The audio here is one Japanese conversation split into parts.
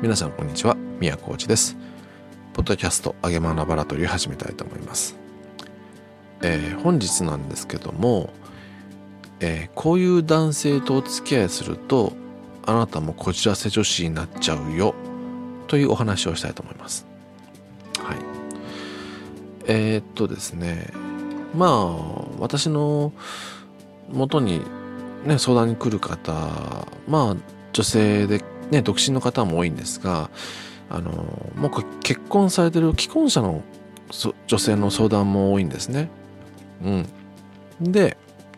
皆さんこんにちは、宮コーチです。ポッドキャストあげまなバラトリーを始めたいと思います。本日なんですけども、こういう男性とお付き合いするとあなたもこじらせ女子になっちゃうよというお話をしたいと思います。はい。ですね、私の元にね相談に来る方、女性でね独身の方も多いんですが、もう結婚されてる既婚者の女性の相談も多いんですね。で、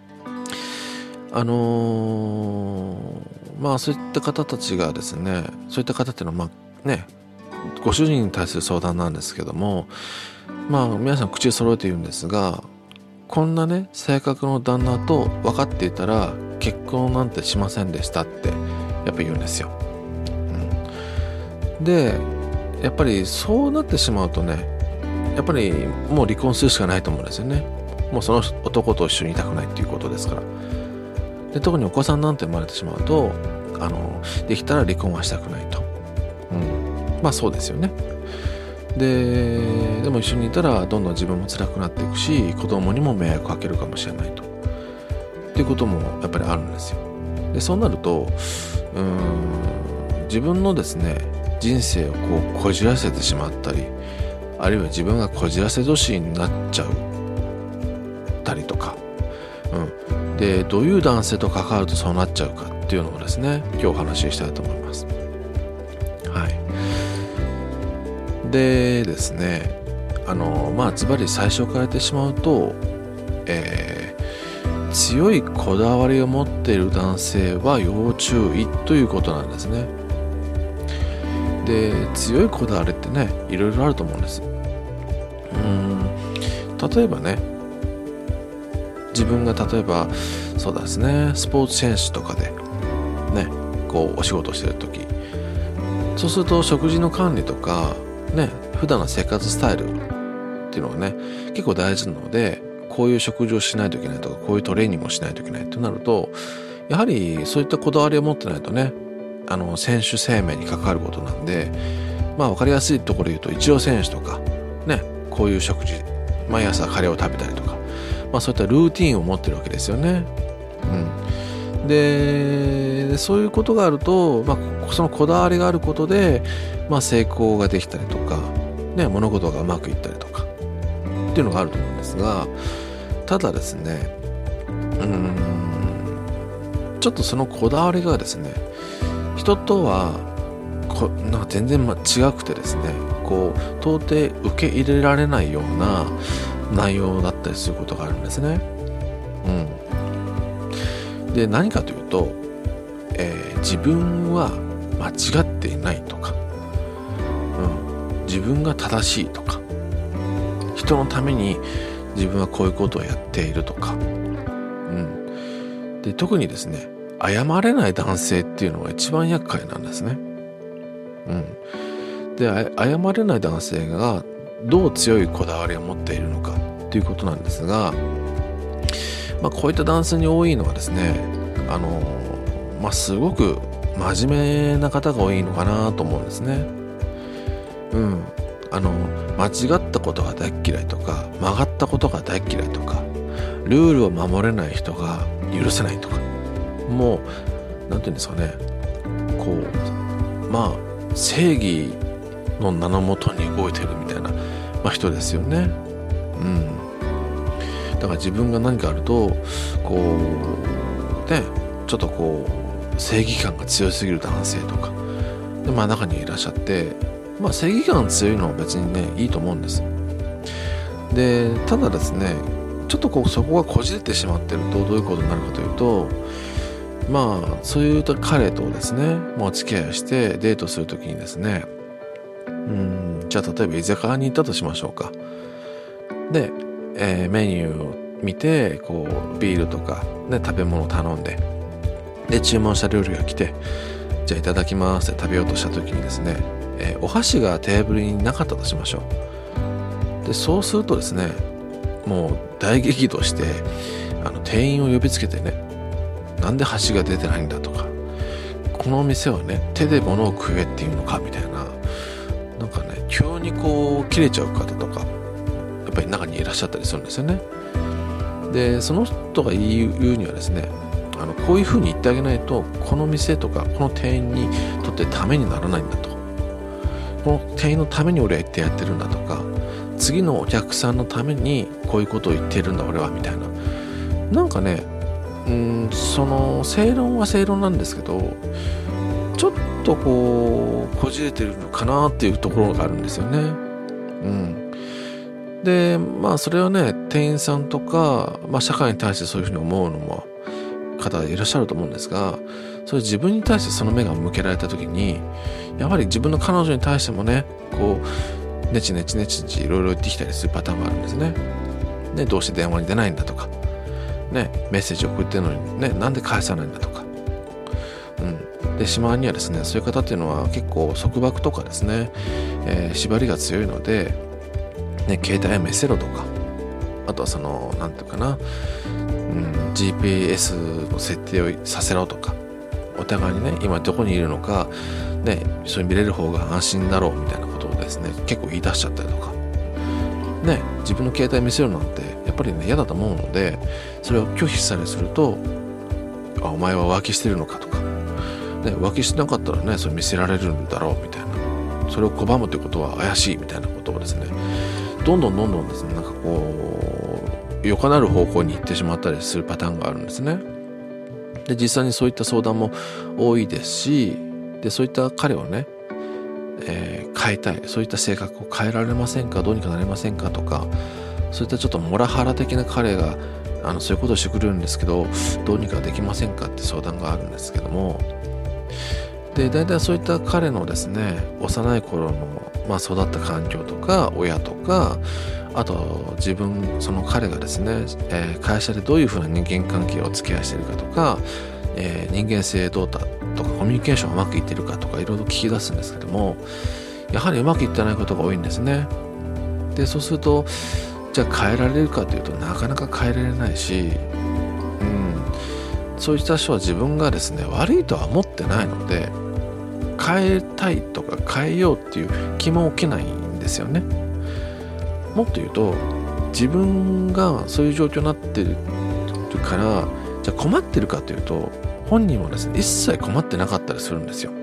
そういった方たちがですね、そういった方っていうのはご主人に対する相談なんですけども、皆さん口を揃えて言うんですが、こんなね性格の旦那と分かっていたら結婚なんてしませんでしたってやっぱり言うんですよ。で、やっぱりそうなってしまうとね、やっぱりもう離婚するしかないと思うんですよね。もうその男と一緒にいたくないっていうことですから。で、特にお子さんなんて生まれてしまうとできたら離婚はしたくないと。そうですよね。でも一緒にいたらどんどん自分も辛くなっていくし、子供にも迷惑かけるかもしれないとっていうこともやっぱりあるんですよ。で、そうなると自分のですね人生をこじらせてしまったり、あるいは自分がこじらせ年になっちゃうたりとか、でどういう男性と関わるとそうなっちゃうかっていうのをですね今日お話ししたいと思います。はい。でですね、ズバリ最初から言ってしまうと、強いこだわりを持っている男性は要注意ということなんですね。で、強いこだわりってねいろいろあると思うんです。例えばね、自分が例えばそうですねスポーツ選手とかでねお仕事してる時、そうすると食事の管理とかね、普段の生活スタイルっていうのはね結構大事なので、こういう食事をしないといけないとか、こういうトレーニングをしないといけないとなると、やはりそういったこだわりを持ってないとね選手生命に関わることなんで、分かりやすいところで言うとイチロー選手とかね、こういう食事、毎朝カレーを食べたりとか、そういったルーティンを持ってるわけですよね。でそういうことがあると、そのこだわりがあることで、成功ができたりとか、物事がうまくいったりとかっていうのがあると思うんですが、ただですね、ちょっとそのこだわりがですね、人とは全然違くてですね、到底受け入れられないような内容だったりすることがあるんですね。で、何かというと、自分は間違っていないとか、自分が正しいとか、人のために自分はこういうことをやっているとか、で、特にですね謝れない男性っていうのが一番厄介なんですね。で、謝れない男性がどう強いこだわりを持っているのかっていうことなんですが、こういった男性に多いのはですね、すごく真面目な方が多いのかなと思うんですね。間違ったことが大嫌いとか、曲がったことが大嫌いとか、ルールを守れない人が許せないとか、もうなんていうんですかね、正義の名のもとに動いてるみたいな、人ですよね。だから自分が何かあるとちょっと正義感が強すぎる男性とかで、中にいらっしゃって、正義感強いのは別にねいいと思うんです。で、ただですね、ちょっとそこがこじれてしまってるとどういうことになるかというと、そういう彼とですねお付き合いをしてデートするときにですね、じゃあ例えば居酒屋に行ったとしましょうか。で、メニューを見てビールとか、食べ物を頼んで、で注文した料理が来て、じゃあいただきますって食べようとした時にですね、お箸がテーブルになかったとしましょう。で、そうするとですね、もう大激怒して店員を呼びつけてね、なんで箸が出てないんだとか、 この店はね手で物を食えっていうのかみたいな、なんかね急にこう切れちゃう方とかやっぱり中にいらっしゃったりするんですよね。でその人が言うにはですね、こういう風に言ってあげないとこの店とかこの店員にとってためにならないんだと、この店員のために俺は言ってやってるんだとか、次のお客さんのためにこういうことを言ってるんだ俺はみたいな、なんかねその正論は正論なんですけど、ちょっとこうこじれてるのかなっていうところがあるんですよね。でまあそれはね店員さんとか、社会に対してそういうふうに思うのも方いらっしゃると思うんですが、それ自分に対してその目が向けられた時にやはり自分の彼女に対してもねこうネチネチいろいろ言ってきたりするパターンがあるんですね。でどうして電話に出ないんだとかね、メッセージ送ってるのにねなんで返さないんだとか、でしまいにはですねそういう方っていうのは結構束縛とかですね、縛りが強いので、ね、携帯を見せろとか、あとはそのなんていうかな、GPS の設定をさせろとか、お互いにね今どこにいるのかねそれ見れる方が安心だろうみたいなことをですね結構言い出しちゃったりとかね、自分の携帯見せるなんてやっぱりね嫌だと思うので、それを拒否したりすると、お前は浮気してるのかとか、ね、浮気してなかったらねそれ見せられるんだろうみたいな、それを拒むということは怪しいみたいなことをですねどんどんですねなんかこうよかなる方向に行ってしまったりするパターンがあるんですね。で実際にそういった相談も多いですし、でそういった彼をね変えたい、そういった性格を変えられませんか、どうにかなれませんかとか、そういったちょっとモラハラ的な彼がそういうことをしてくれるんですけどどうにかできませんかって相談があるんですけども、で大体そういった彼のですね幼い頃の、育った環境とか親とか、あとその彼がですね、会社でどういうふうな人間関係を付き合いしているかとか、人間性どうだとかコミュニケーションうまくいってるかとかいろいろ聞き出すんですけども、やはりうまくいってないことが多いんですね。でそうするとじゃあ変えられるかというとなかなか変えられないし、そういった人は自分がですね悪いとは思ってないので変えたいとか変えようっていう気も起きないんですよね。もっと言うと自分がそういう状況になってるからじゃあ困ってるかというと本人はですね一切困ってなかったりするんですよ。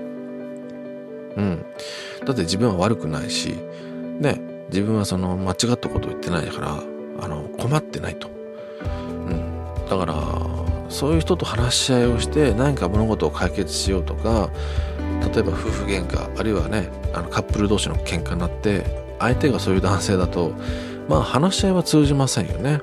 だって自分は悪くないしね、自分はその間違ったことを言ってないから困ってないと、だからそういう人と話し合いをして何か物事を解決しようとか、例えば夫婦喧嘩あるいはねカップル同士の喧嘩になって相手がそういう男性だと話し合いは通じませんよね。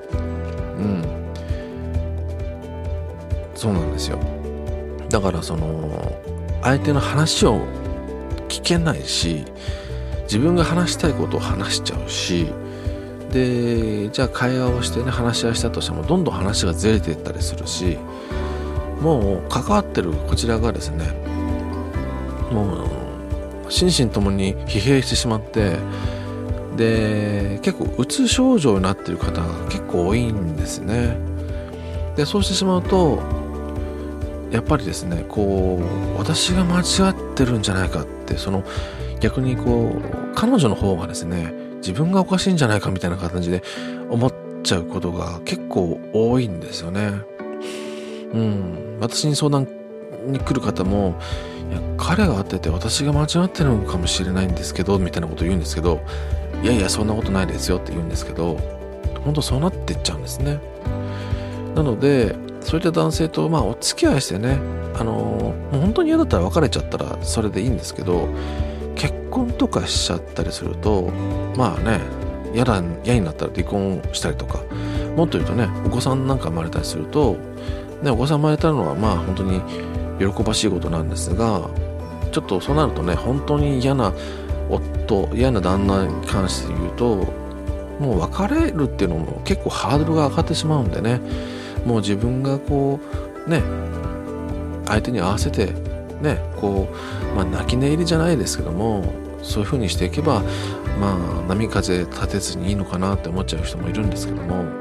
そうなんですよ。だからその相手の話を聞けないし自分が話したいことを話しちゃうし、でじゃあ会話をしてね話し合いしたとしてもどんどん話がずれていったりするし、もう関わってるこちらがですねもう心身ともに疲弊してしまって、で結構うつ症状になっている方が結構多いんですね。でそうしてしまうとやっぱりですねこう私が間違ってるんじゃないかって、その逆にこう彼女の方がですね自分がおかしいんじゃないかみたいな感じで思っちゃうことが結構多いんですよね。私に相談に来る方もいや彼が会ってて私が間違ってるのかもしれないんですけどみたいなこと言うんですけど、いやいやそんなことないですよって言うんですけど、本当そうなっていっちゃうんですね。なのでそういった男性とお付き合いしてねもう本当に嫌だったら別れちゃったらそれでいいんですけど、結婚とかしちゃったりすると嫌になったら離婚したりとか、もっと言うとねお子さんなんか生まれたりすると、お子さん生まれたのは本当に喜ばしいことなんですが、ちょっとそうなるとね本当に嫌な旦那に関して言うともう別れるっていうのも結構ハードルが上がってしまうんでね、もう自分がこうね相手に合わせてねこう泣き寝入りじゃないですけどもそういう風にしていけば波風立てずにいいのかなって思っちゃう人もいるんですけども、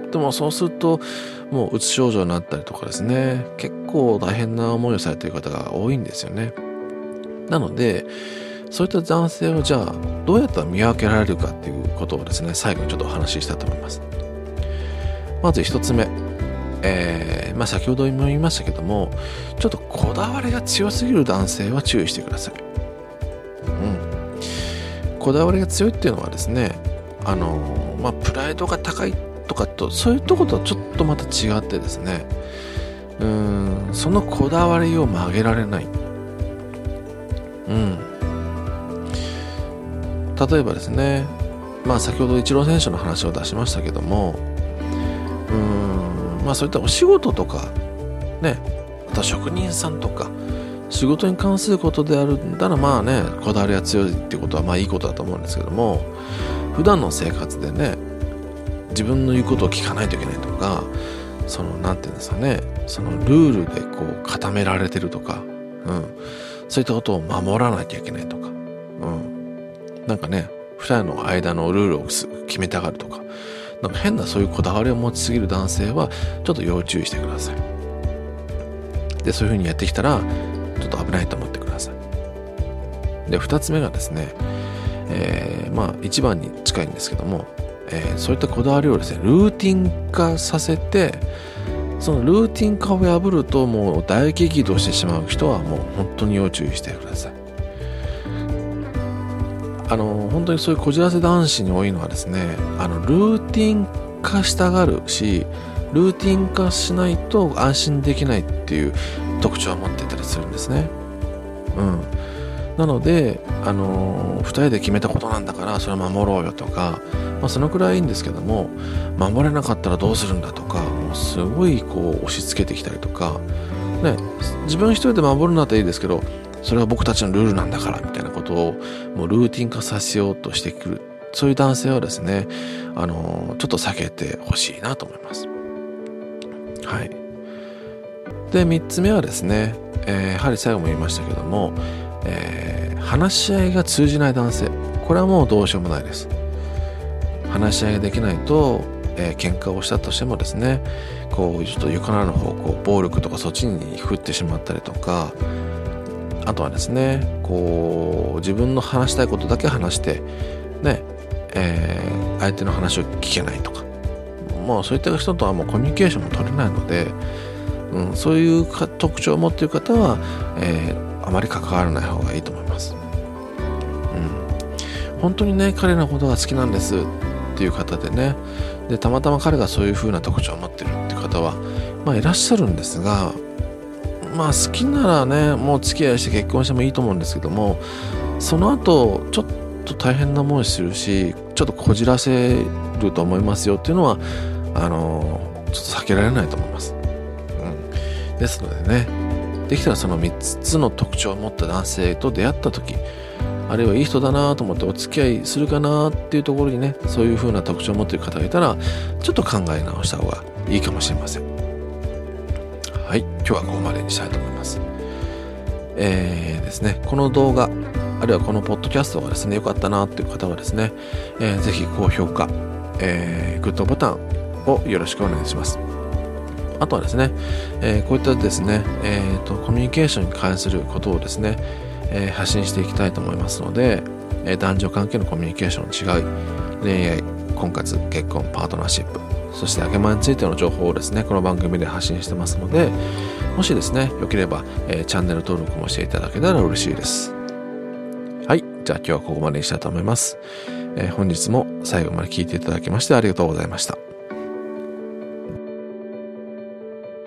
でもそうするともううつ症状になったりとかですね、結構大変な思いをされている方が多いんですよね。なのでそういった男性をじゃあどうやったら見分けられるかっていうことをですね、最後にちょっとお話ししたいと思います。まず一つ目、先ほども言いましたけども、ちょっとこだわりが強すぎる男性は注意してください。こだわりが強いっていうのはですね、プライドが高いとかとそういうとことはちょっとまた違ってですね、そのこだわりを曲げられない。例えばですね、先ほどイチロー選手の話を出しましたけども、そういったお仕事とかね、あと職人さんとか仕事に関することであるんだらこだわりが強いっていうことはいいことだと思うんですけども、普段の生活でね、自分の言うことを聞かないといけないとか、なんていうんですかね、そのルールでこう固められてるとか、そういったことを守らなきゃいけないとか、なんかね、二人の間のルールを決めたがるとか、なんか変なそういうこだわりを持ちすぎる男性はちょっと要注意してください。でそういう風にやってきたらちょっと危ないと思ってください。で二つ目がですね、一番に近いんですけども、そういったこだわりをですねルーティン化させて、そのルーティン化を破るともう大激怒してしまう人はもう本当に要注意してください。本当にそういうこじらせ男子に多いのはですね、ルーティン化したがるし、ルーティン化しないと安心できないっていう特徴を持っていたりするんですね。なので2人で決めたことなんだからそれは守ろうよとか、そのくらいいいんですけども、守れなかったらどうするんだとか、もうすごいこう押し付けてきたりとかね、自分一人で守るのだったらいいですけど、それは僕たちのルールなんだからみたいなことをもうルーティン化させようとしてくる、そういう男性はですね、ちょっと避けてほしいなと思います。はい。で3つ目はですね、やはり最後も言いましたけども、話し合いが通じない男性、これはもうどうしようもないです。話し合いができないと、喧嘩をしたとしてもですね、こうちょっと床なの方向、暴力とかそっちに振ってしまったりとか、あとはですね、こう自分の話したいことだけ話してね、相手の話を聞けないとか、もうそういった人とはもうコミュニケーションも取れないので、そういう特徴を持っている方は、あまり関わらない方がいいと思います。本当にね、彼のことが好きなんですっていう方でね、でたまたま彼がそういう風な特徴を持ってるっていう方はいらっしゃるんですが、好きならね、もう付き合いして結婚してもいいと思うんですけども、その後ちょっと大変な思いするし、ちょっとこじらせると思いますよっていうのはちょっと避けられないと思います。ですのでね、できたらその3つの特徴を持った男性と出会った時、あるいはいい人だなと思ってお付き合いするかなっていうところにね、そういう風な特徴を持っている方がいたらちょっと考え直した方がいいかもしれません。はい、今日はここまでにしたいと思います。ですね、この動画あるいはこのポッドキャストがですね良かったなっていう方はですね、ぜひ高評価、グッドボタンをよろしくお願いします。あとはですね、こういったですね、コミュニケーションに関することをですね、発信していきたいと思いますので、男女関係のコミュニケーションの違い、恋愛、婚活、結婚、パートナーシップ、そしてあけまについての情報をですね、この番組で発信してますので、もしですね、よければ、チャンネル登録もしていただけたら嬉しいです。はい、じゃあ今日はここまでにしたいと思います。本日も最後まで聞いていただきましてありがとうございました。